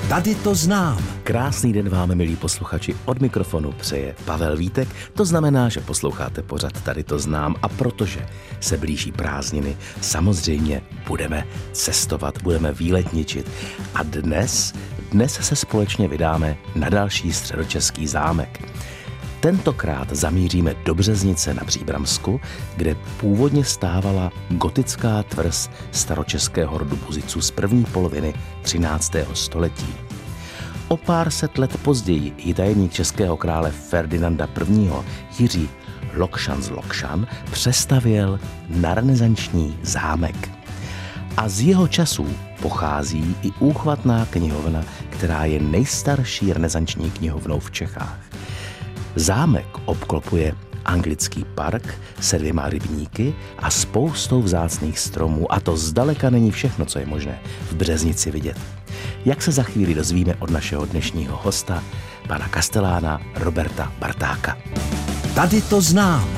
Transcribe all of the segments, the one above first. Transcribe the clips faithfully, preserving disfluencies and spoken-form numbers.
Tady to znám. Krásný den vám, milí posluchači, od mikrofonu přeje Pavel Vítek. To znamená, že posloucháte pořad Tady to znám, a protože se blíží prázdniny, samozřejmě budeme cestovat, budeme výletničit. A dnes, dnes se společně vydáme na další středočeský zámek. Tentokrát zamíříme do Březnice na Příbramsku, kde původně stávala gotická tvrz staročeského rodu Buziců z první poloviny třináctého století. O pár set let později ji tajemník českého krále Ferdinanda I. Jiří Lokšan z Lokšan přestavěl na renesanční zámek. A z jeho časů pochází i úchvatná knihovna, která je nejstarší renesanční knihovnou v Čechách. Zámek obklopuje anglický park se dvěma rybníky a spoustou vzácných stromů, a to zdaleka není všechno, co je možné v Březnici vidět. Jak se za chvíli dozvíme od našeho dnešního hosta, pana kastelána Roberta Bartáka. Tady to znám.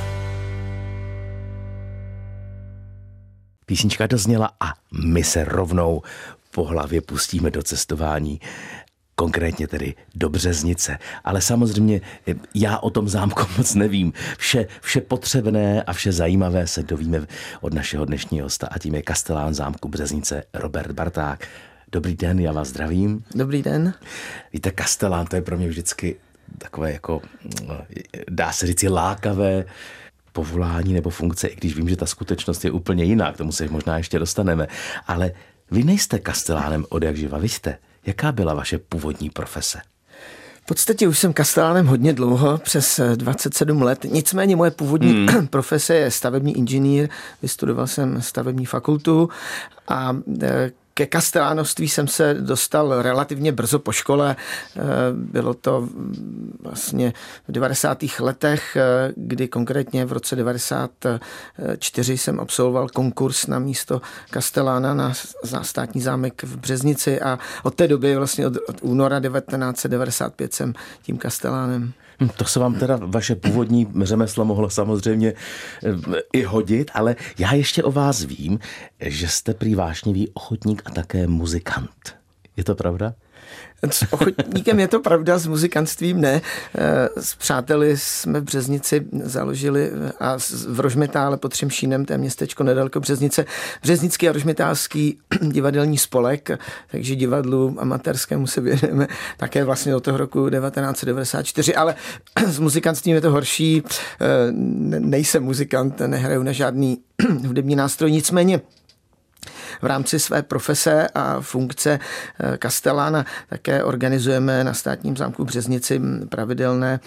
Písnička dozněla a my se rovnou po hlavě pustíme do cestování. Konkrétně tedy do Březnice. Ale samozřejmě já o tom zámku moc nevím. Vše, vše potřebné a vše zajímavé se dovíme od našeho dnešního hosta, a tím je kastelán zámku Březnice Robert Barták. Dobrý den, já vás zdravím. Dobrý den. Víte, kastelán, to je pro mě vždycky takové jako, dá se říct, lákavé povolání nebo funkce, i když vím, že ta skutečnost je úplně jiná, k tomu se možná ještě dostaneme. Ale vy nejste kastelánem od jak živa, vy jste. Jaká byla vaše původní profese? V podstatě už jsem kastelánem hodně dlouho, přes dvacet sedm let. Nicméně moje původní hmm. profese je stavební inženýr. Vystudoval jsem stavební fakultu a ke kastelánovství jsem se dostal relativně brzo po škole. Bylo to vlastně v devadesátých letech, kdy konkrétně v roce devadesát čtyři jsem absolvoval konkurs na místo kastelána na státní zámek v Březnici, a od té doby, vlastně od, od února devatenáct set devadesát pět, jsem tím kastelánem. To se vám teda vaše původní řemeslo mohlo samozřejmě i hodit, ale já ještě o vás vím, že jste prý vášnivý ochotník a také muzikant. Je to pravda? S ochotníkem je to pravda, s muzikantstvím ne. S přáteli jsme v Březnici založili a v Rožmitále pod Třemšínem, to je městečko nedaleko Březnice, Březnický a rožmitálský divadelní spolek, takže divadlu amatérskému se věnujeme také vlastně od toho roku devatenáct set devadesát čtyři, ale s muzikantstvím je to horší. Nejsem muzikant, nehraju na žádný hudební nástroj, nicméně v rámci své profese a funkce kastelána také organizujeme na státním zámku Březnici pravidelné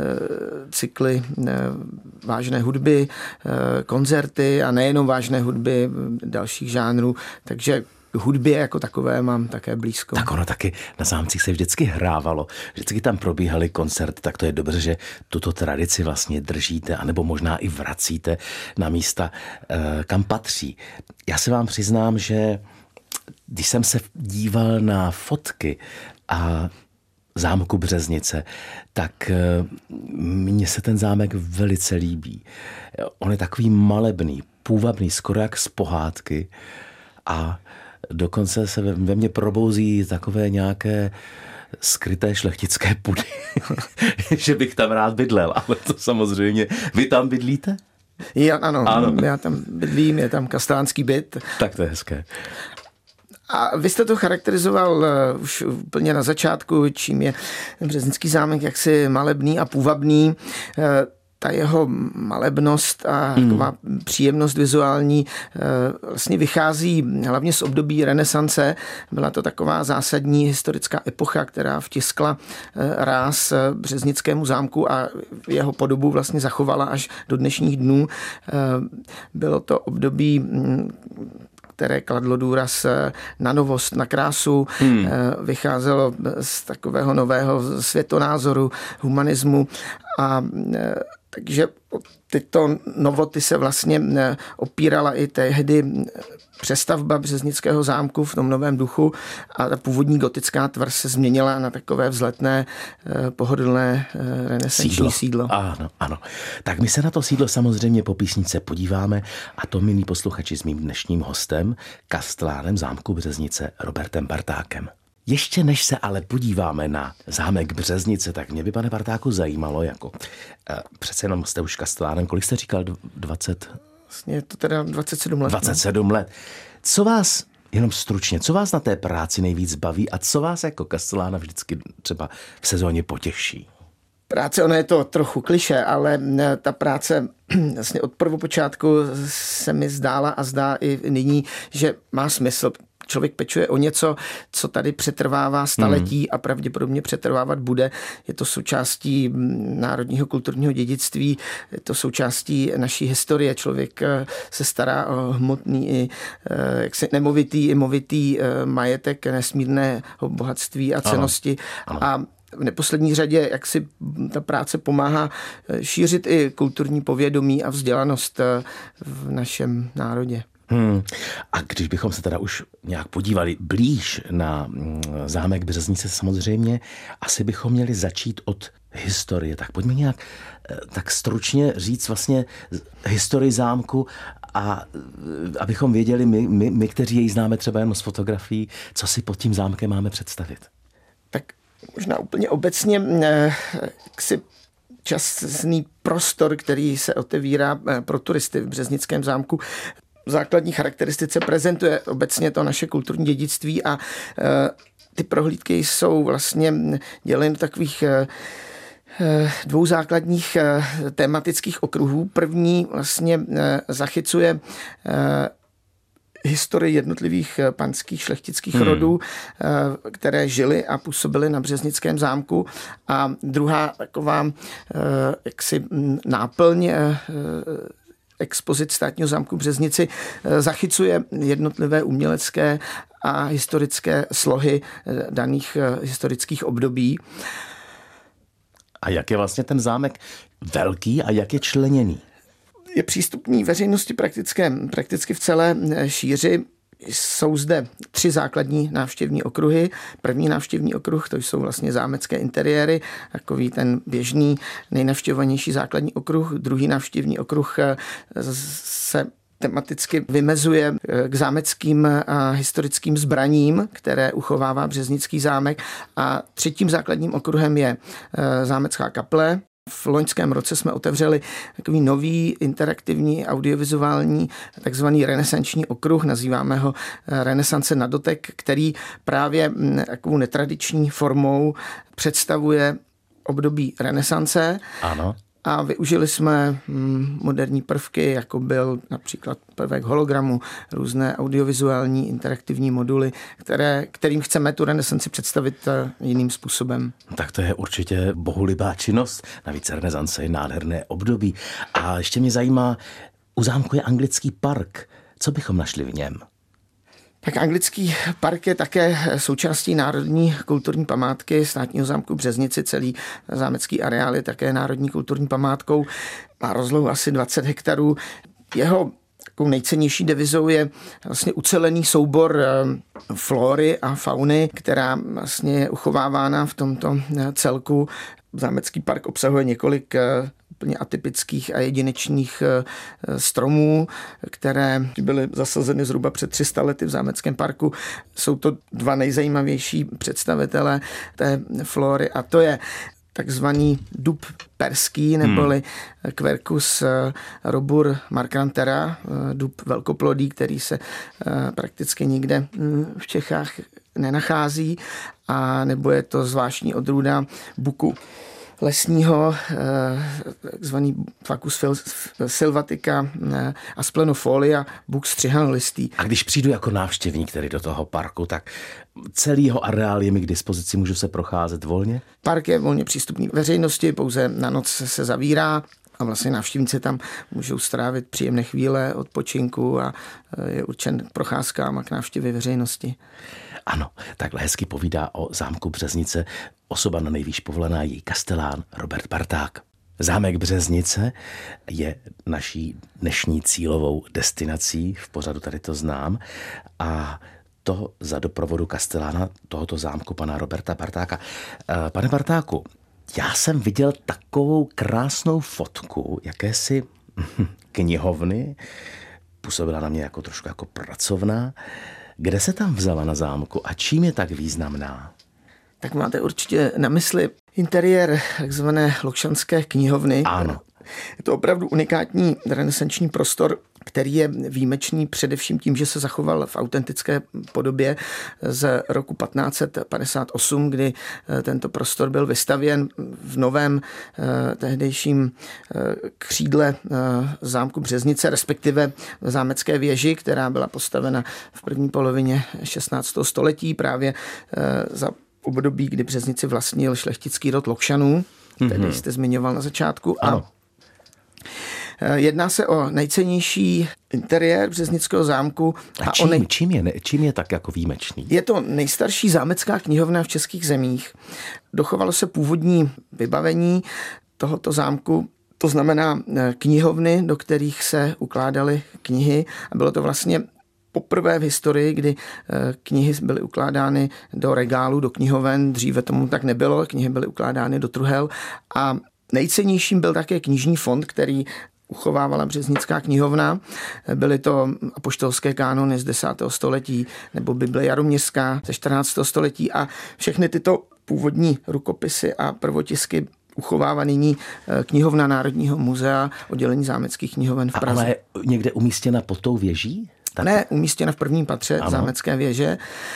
cykly vážné hudby, koncerty a nejenom vážné hudby, dalších žánrů, takže hudbě jako takové mám také blízko. Tak ono taky na zámcích se vždycky hrávalo, vždycky tam probíhaly koncerty, tak to je dobře, že tuto tradici vlastně držíte, anebo možná i vracíte na místa, kam patří. Já se vám přiznám, že když jsem se díval na fotky a zámku Březnice, tak mně se ten zámek velice líbí. On je takový malebný, půvabný, skoro jak z pohádky, a dokonce se ve mně probouzí takové nějaké skryté šlechtické pudy, že bych tam rád bydlel, ale to samozřejmě. Vy tam bydlíte? Já, ano, ano, já tam bydlím, je tam kastelánský byt. Tak to je hezké. A vy jste to charakterizoval uh, už úplně na začátku, čím je Březnický zámek jaksi malebný a půvabný. Uh, ta jeho malebnost a taková hmm. příjemnost vizuální vlastně vychází hlavně z období renesance. Byla to taková zásadní historická epocha, která vtiskla ráz Březnickému zámku a jeho podobu vlastně zachovala až do dnešních dnů. Bylo to období, které kladlo důraz na novost, na krásu, hmm. vycházelo z takového nového světonázoru, humanismu, a takže tyto novoty se vlastně opírala i tehdy přestavba Březnického zámku v tom novém duchu, a ta původní gotická tvrz se změnila na takové vzletné, pohodlné renesanční sídlo. sídlo. Ano, ano. Tak my se na to sídlo samozřejmě po písničce podíváme, a to, milí posluchači, s mým dnešním hostem, kastelánem zámku Březnice Robertem Bartákem. Ještě než se ale podíváme na zámek Březnice, tak mě by, pane Bartáku, zajímalo, jako eh, přece jenom jste už kastelánem, kolik jste říkal, dvacet? Vlastně je to teda dvacet sedm let. dvacet sedm no? let. Co vás, jenom stručně, co vás na té práci nejvíc baví a co vás jako kastelána vždycky třeba v sezóně potěší? Práce, ono je to trochu klišé, ale ta práce vlastně od prvopočátku se mi zdála a zdá i nyní, že má smysl. Člověk pečuje o něco, co tady přetrvává staletí mm. a pravděpodobně přetrvávat bude. Je to součástí národního kulturního dědictví, je to součástí naší historie. Člověk se stará o hmotný i jaksi nemovitý, i movitý majetek nesmírného bohatství a cennosti. Ano. Ano. A v neposlední řadě, jak si ta práce pomáhá šířit i kulturní povědomí a vzdělanost v našem národě. Hmm. A když bychom se teda už nějak podívali blíž na zámek Březnice, samozřejmě asi bychom měli začít od historie. Tak pojďme nějak tak stručně říct vlastně historii zámku a abychom věděli my, my, my, kteří jej známe třeba jen z fotografií, co si pod tím zámkem máme představit. Tak možná úplně obecně si časný prostor, který se otevírá pro turisty v Březnickém zámku, v základní charakteristice prezentuje obecně to naše kulturní dědictví a ty prohlídky jsou vlastně děleny do takových dvou základních tematických okruhů. První vlastně zachycuje historii jednotlivých panských šlechtických hmm. rodů, které žily a působily na Březnickém zámku. A druhá taková jaksi náplň expozit Státního zámku Březnici zachycuje jednotlivé umělecké a historické slohy daných historických období. A jak je vlastně ten zámek velký a jak je členěný? Je přístupný veřejnosti praktické, prakticky v celé šíři. Jsou zde tři základní návštěvní okruhy. První návštěvní okruh, to jsou vlastně zámecké interiéry, takový ten běžný nejnavštěvovanější základní okruh. Druhý návštěvní okruh se tematicky vymezuje k zámeckým a historickým zbraním, které uchovává Březnický zámek. A třetím základním okruhem je zámecká kaple. V loňském roce jsme otevřeli takový nový interaktivní audiovizuální takzvaný renesanční okruh, nazýváme ho Renesance na dotek, který právě takovou netradiční formou představuje období renesance. Ano. A využili jsme moderní prvky, jako byl například prvek hologramu, různé audiovizuální interaktivní moduly, které, kterým chceme tu renesanci představit jiným způsobem. Tak to je určitě bohulibá činnost, navíc renesance je nádherné období. A ještě mě zajímá, u zámku je anglický park. Co bychom našli v něm? Tak anglický park je také součástí národní kulturní památky Státního zámku Březnici. Celý zámecký areál je také národní kulturní památkou. Má rozlohu asi dvacet hektarů. Jeho takovou nejcennější devizou je vlastně ucelený soubor flory a fauny, která vlastně je uchovávána v tomto celku. Zámecký park obsahuje několik úplně atypických a jedinečných stromů, které byly zasazeny zhruba před tři sta lety v zámeckém parku. Jsou to dva nejzajímavější představitelé té flory a to je takzvaný dub perský, neboli hmm. Quercus robur marcrantera, dub velkoplodý, který se prakticky nikde v Čechách nenachází, a nebo je to zvláštní odrůda buku lesního, takzvaný Facus sylvatica asplenofolia, buk střihanolistý. A když přijdu jako návštěvník tedy do toho parku, tak celý jeho areál je mi k dispozici, můžu se procházet volně? Park je volně přístupný veřejnosti, pouze na noc se zavírá a vlastně návštěvníci tam můžou strávit příjemné chvíle odpočinku a je určen k procházkám a k návštěvě veřejnosti. Ano, takhle hezky povídá o zámku Březnice osoba na nejvýš povolaná, její kastelán Robert Barták. Zámek Březnice je naší dnešní cílovou destinací, v pořadu Tady to znám, a to za doprovodu kastelána tohoto zámku, pana Roberta Bartáka. Pane Bartáku, já jsem viděl takovou krásnou fotku jakési knihovny, působila na mě jako trošku jako pracovná, Kde se tam vzala na zámku a čím je tak významná? Tak máte určitě na mysli interiér takzvané Lokšanské knihovny. Ano. Je to opravdu unikátní renesanční prostor, který je výjimečný především tím, že se zachoval v autentické podobě z roku patnáct set padesát osm, kdy tento prostor byl vystavěn v novém tehdejším křídle zámku Březnice, respektive v zámecké věži, která byla postavena v první polovině šestnáctého století právě za období, kdy Březnici vlastnil šlechtický rod Lokšanů, který mm-hmm. jste zmiňoval na začátku. Ano. A jedná se o nejcennější interiér Březnického zámku. A, a čím, nej... čím, je, čím je tak jako výjimečný? Je to nejstarší zámecká knihovna v českých zemích. Dochovalo se původní vybavení tohoto zámku, to znamená knihovny, do kterých se ukládaly knihy. A bylo to vlastně poprvé v historii, kdy knihy byly ukládány do regálu, do knihoven. Dříve tomu tak nebylo, knihy byly ukládány do truhel. A nejcennějším byl také knižní fond, který uchovávala Březnická knihovna. Byly to apoštolské kánony z desátého století nebo Bible Jaromířská ze čtrnáctého století a všechny tyto původní rukopisy a prvotisky uchovává nyní knihovna Národního muzea, oddělení zámeckých knihoven v Praze. A ale někde umístěna pod tou věží? Tak... Ne, umístěna v první patře ano. zámecké věže.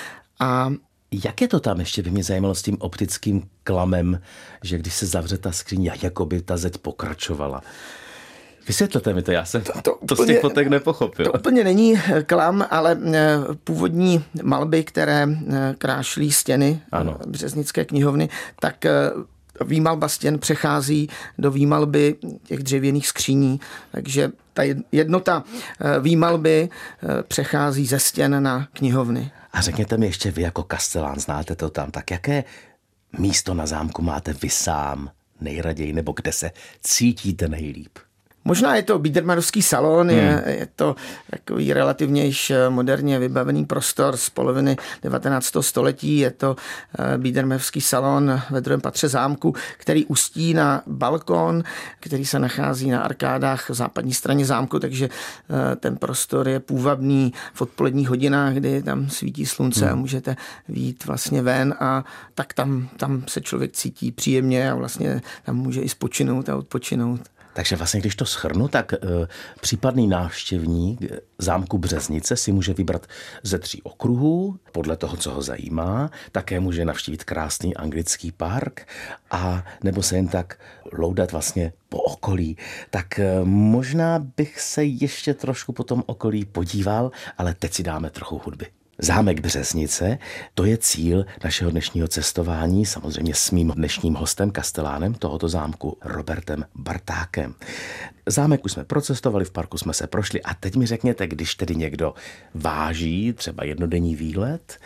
A jak je to tam, ještě by mě zajímalo s tím optickým klamem, že když se zavře ta skříň, jako by ta zeď pokračovala? Vysvětlete mi to, já jsem to, to, úplně, to z těch fotek nepochopil. To úplně není klam, ale původní malby, které krášlí stěny ano. Březnické knihovny, tak výmalba stěn přechází do výmalby těch dřevěných skříní, takže ta jednota výmalby přechází ze stěn na knihovny. A řekněte mi ještě vy jako kastelán, znáte to tam, tak jaké místo na zámku máte vy sám nejraději, nebo kde se cítíte nejlíp? Možná je to Biedermajerovský salon, hmm. je, je to takový relativně již moderně vybavený prostor z poloviny devatenáctého století. Je to Biedermajerovský salon ve druhém patře zámku, který ústí na balkon, který se nachází na arkádách v západní straně zámku, takže ten prostor je půvabný v odpoledních hodinách, kdy tam svítí slunce hmm. a můžete vyjít vlastně ven a tak tam, tam se člověk cítí příjemně a vlastně tam může i spočinout a odpočinout. Takže vlastně, když to shrnu, tak e, případný návštěvník zámku Březnice si může vybrat ze tří okruhů, podle toho, co ho zajímá. Také může navštívit krásný anglický park a nebo se jen tak loudat vlastně po okolí. Tak e, možná bych se ještě trošku po tom okolí podíval, ale teď si dáme trochu hudby. Zámek Březnice, to je cíl našeho dnešního cestování, samozřejmě s mým dnešním hostem, kastelánem tohoto zámku, Robertem Bartákem. Zámek už jsme procestovali, v parku jsme se prošli a teď mi řekněte, když tedy někdo váží třeba jednodenní výlet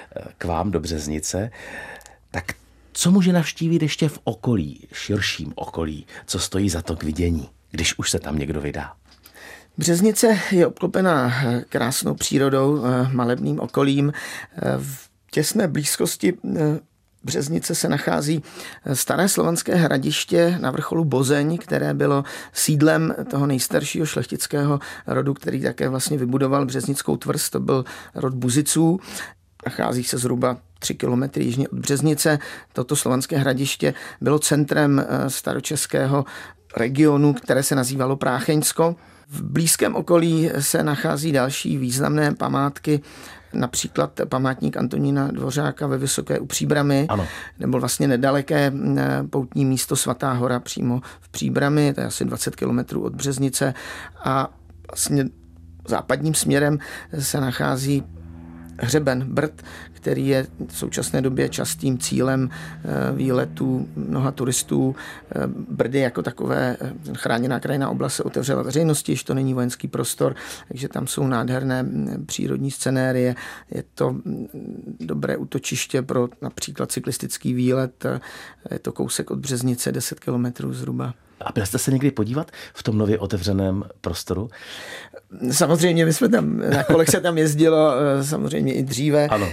k vám do Březnice, tak co může navštívit ještě v okolí, širším okolí, co stojí za to k vidění, když už se tam někdo vydá? Březnice je obklopená krásnou přírodou, malebným okolím. V těsné blízkosti Březnice se nachází staré slovanské hradiště na vrcholu Bozeň, které bylo sídlem toho nejstaršího šlechtického rodu, který také vlastně vybudoval Březnickou tvrz, to byl rod Buziců. Nachází se zhruba tři kilometry jižně od Březnice. Toto slovanské hradiště bylo centrem staročeského regionu, které se nazývalo Prácheňsko. V blízkém okolí se nachází další významné památky, například památník Antonína Dvořáka ve Vysoké u Příbrami, ano. nebo vlastně nedaleké poutní místo Svatá hora přímo v Příbrami, to je asi dvacet kilometrů od Březnice a vlastně západním směrem se nachází hřeben Brd, který je v současné době častým cílem výletů mnoha turistů. Brdy jako takové chráněná krajinná oblast se otevřela veřejnosti, již to není vojenský prostor, takže tam jsou nádherné přírodní scenérie. Je to dobré útočiště pro například cyklistický výlet. Je to kousek od Březnice, deset kilometrů zhruba. A byl jste se někdy podívat v tom nově otevřeném prostoru? Samozřejmě, my jsme tam, na kolech se tam jezdilo, samozřejmě i dříve. Ano.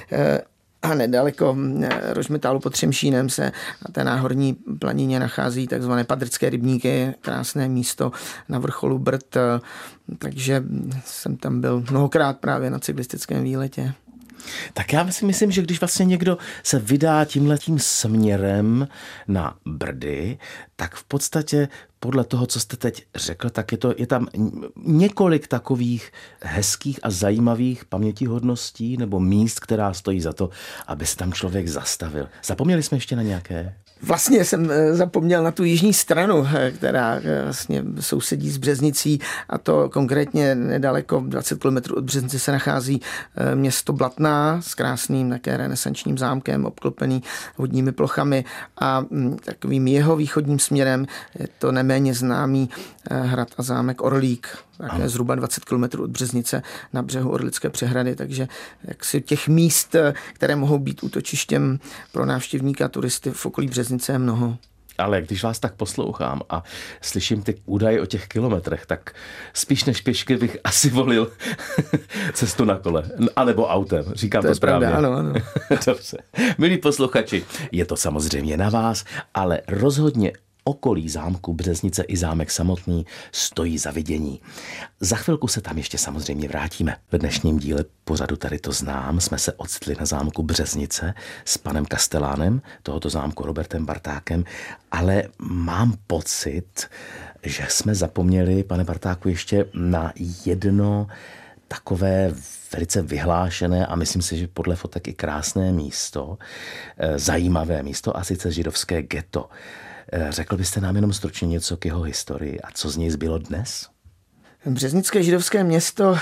A nedaleko Rožmetálu pod Třemšínem se na té náhorní planině nachází takzvané Padrcké rybníky, krásné místo na vrcholu Brd, takže jsem tam byl mnohokrát právě na cyklistickém výletě. Tak já si myslím, že když vlastně někdo se vydá tímhletím směrem na Brdy, tak v podstatě podle toho, co jste teď řekl, tak je, to, je tam několik takových hezkých a zajímavých pamětihodností nebo míst, která stojí za to, aby se tam člověk zastavil. Zapomněli jsme ještě na nějaké? Vlastně jsem zapomněl na tu jižní stranu, která vlastně sousedí s Březnicí, a to konkrétně nedaleko dvacet kilometrů od Březnice se nachází město Blatná s krásným také renesančním zámkem obklopený vodními plochami, a takovým jeho východním směrem je to neméně známý hrad a zámek Orlík, také zhruba dvacet kilometrů od Březnice na břehu Orlické přehrady, takže jaksi těch míst, které mohou být útočištěm pro návštěvníka a turisty v okolí Březnice, je mnoho. Ale když vás tak poslouchám a slyším ty údaje o těch kilometrech, tak spíš než pěšky bych asi volil cestu na kole, anebo autem. Říkám to, to správně. Pravda, ano, ano. Dobře. Milí posluchači, je to samozřejmě na vás, ale rozhodně okolí zámku Březnice i zámek samotný stojí za vidění. Za chvilku se tam ještě samozřejmě vrátíme. V dnešním díle pořadu Tady to znám jsme se ocitli na zámku Březnice s panem kastelánem tohoto zámku Robertem Bartákem, ale mám pocit, že jsme zapomněli, pane Bartáku, ještě na jedno takové velice vyhlášené a myslím si, že podle fotek i krásné místo, zajímavé místo, a sice židovské ghetto. Řekl byste nám jenom stručně něco k jeho historii a co z něj zbylo dnes? Březnické židovské město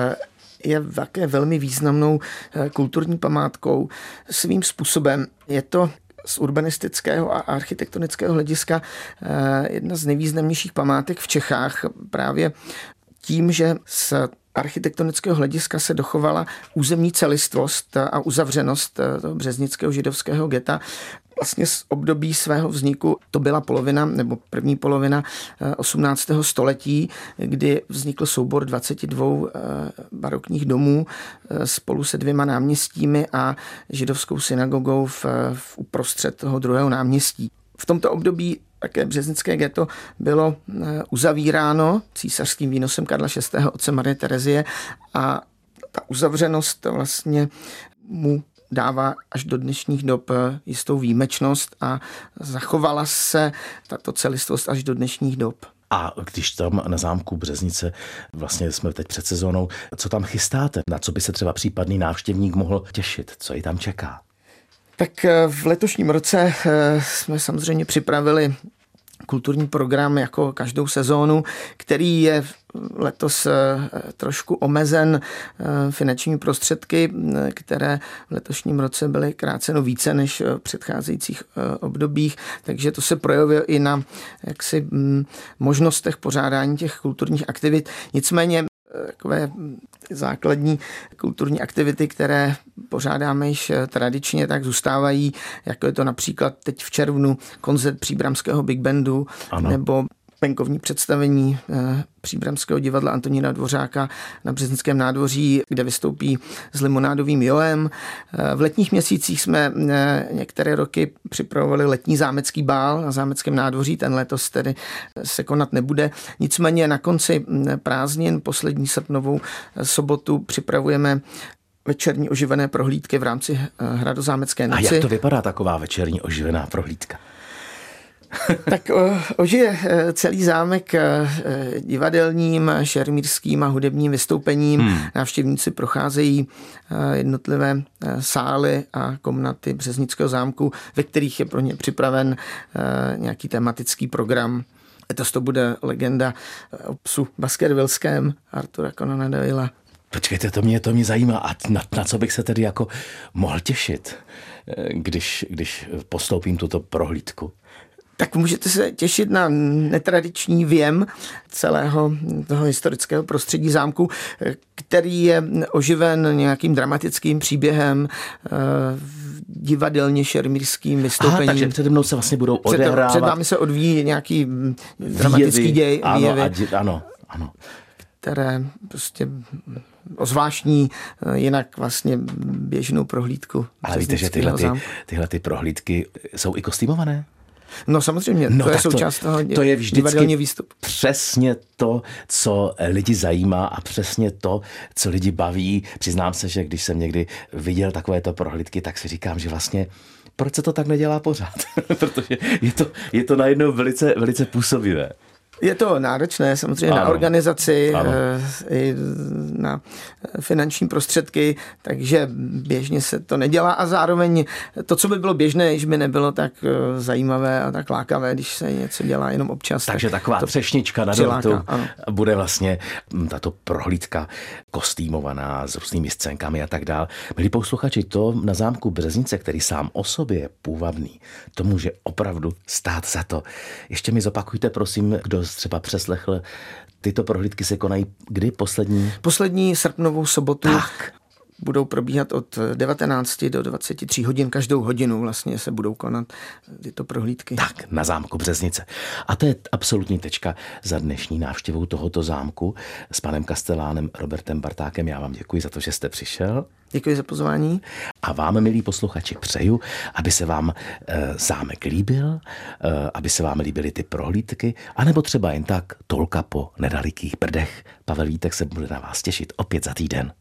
je také velmi významnou kulturní památkou. Svým způsobem je to z urbanistického a architektonického hlediska jedna z nejvýznamnějších památek v Čechách, právě tím, že z architektonického hlediska se dochovala územní celistvost a uzavřenost toho březnického židovského geta. Vlastně z období svého vzniku to byla polovina nebo první polovina osmnáctého století, kdy vznikl soubor dvaceti dvou barokních domů spolu se dvěma náměstími a židovskou synagogou v, v uprostřed toho druhého náměstí. V tomto období také březnické ghetto bylo uzavíráno císařským výnosem Karla šestého. otce Marie Terezie, a ta uzavřenost vlastně mu dává až do dnešních dob jistou výjimečnost a zachovala se tato celistvost až do dnešních dob. A když tam na zámku Březnice, vlastně jsme teď před sezónou, co tam chystáte? Na co by se třeba případný návštěvník mohl těšit? Co ji tam čeká? Tak v letošním roce jsme samozřejmě připravili kulturní program jako každou sezónu, který je letos trošku omezen finančními prostředky, které v letošním roce byly kráceno více než v předcházejících obdobích, takže to se projevuje i na jaksi možnostech pořádání těch kulturních aktivit. Nicméně takové základní kulturní aktivity, které pořádáme již tradičně, tak zůstávají, jako je to například teď v červnu koncert příbramského Big Bandu, ano, nebo venkovní představení Příbramského divadla Antonína Dvořáka na Březnickém nádvoří, kde vystoupí s limonádovým Joem. V letních měsících jsme některé roky připravovali letní zámecký bál na Zámeckém nádvoří, ten letos tedy se konat nebude. Nicméně na konci prázdnin, poslední srpnovou sobotu, připravujeme večerní oživené prohlídky v rámci Hradozámecké noci. A jak to vypadá taková večerní oživená prohlídka? Tak ožije celý zámek divadelním, šermírským a hudebním vystoupením. Hmm. Návštěvníci procházejí jednotlivé sály a komnaty Březnického zámku, ve kterých je pro ně připraven nějaký tematický program. Letos to bude legenda o psu Baskervillském Artura Conana Doylea. Počkejte, to mě, to mě zajímá. A na, na co bych se tedy jako mohl těšit, když, když postoupím tuto prohlídku? Tak můžete se těšit na netradiční věm celého toho historického prostředí zámku, který je oživen nějakým dramatickým příběhem, divadelně šermírským vystoupením. Aha, takže přede mnou se vlastně budou odehrávat. Před, před vámi se odvíjí nějaký dramatický výjevy, děj, ano, výjevy, ano, ano. které prostě ozvláštní jinak vlastně běžnou prohlídku. Ale víte, že tyhle, ty, tyhle ty prohlídky jsou i kostýmované? No samozřejmě, No, to je tak to- součást toho to je vždycky divadelního výstupu. přesně to, co lidi zajímá a přesně to, co lidi baví. Přiznám se, že když jsem někdy viděl takovéto prohlídky, tak si říkám, že vlastně proč se to tak nedělá pořád? Protože je to, je to najednou velice, velice působivé. Je to náročné samozřejmě Ano. na organizaci, Ano. eh, i na finanční prostředky, takže běžně se to nedělá a zároveň to, co by bylo běžné, již by nebylo tak eh, zajímavé a tak lákavé, když se něco dělá jenom občas. Takže tak taková to třešnička na přiláká, dortu ano. bude vlastně mm, tato prohlídka kostýmovaná s různými scénkami a tak dál. Milí posluchači, to na zámku Březnice, který sám o sobě je půvabný, to může opravdu stát za to. Ještě mi zopakujte, prosím, kdo třeba přeslechl, tyto prohlídky se konají kdy poslední? Poslední srpnovou sobotu Tak. budou probíhat od devatenácti do dvaceti tří hodin. Každou hodinu vlastně se budou konat tyto prohlídky. Tak, na zámku Březnice. A to je absolutní tečka za dnešní návštěvou tohoto zámku s panem kastelánem Robertem Bartákem. Já vám děkuji za to, že jste přišel. Děkuji za pozvání. A vám, milí posluchači, přeju, aby se vám e, zámek líbil, e, aby se vám líbily ty prohlídky, anebo třeba jen tak tolka po nedalekých Brdech. Pavel Vítek se bude na vás těšit opět za týden.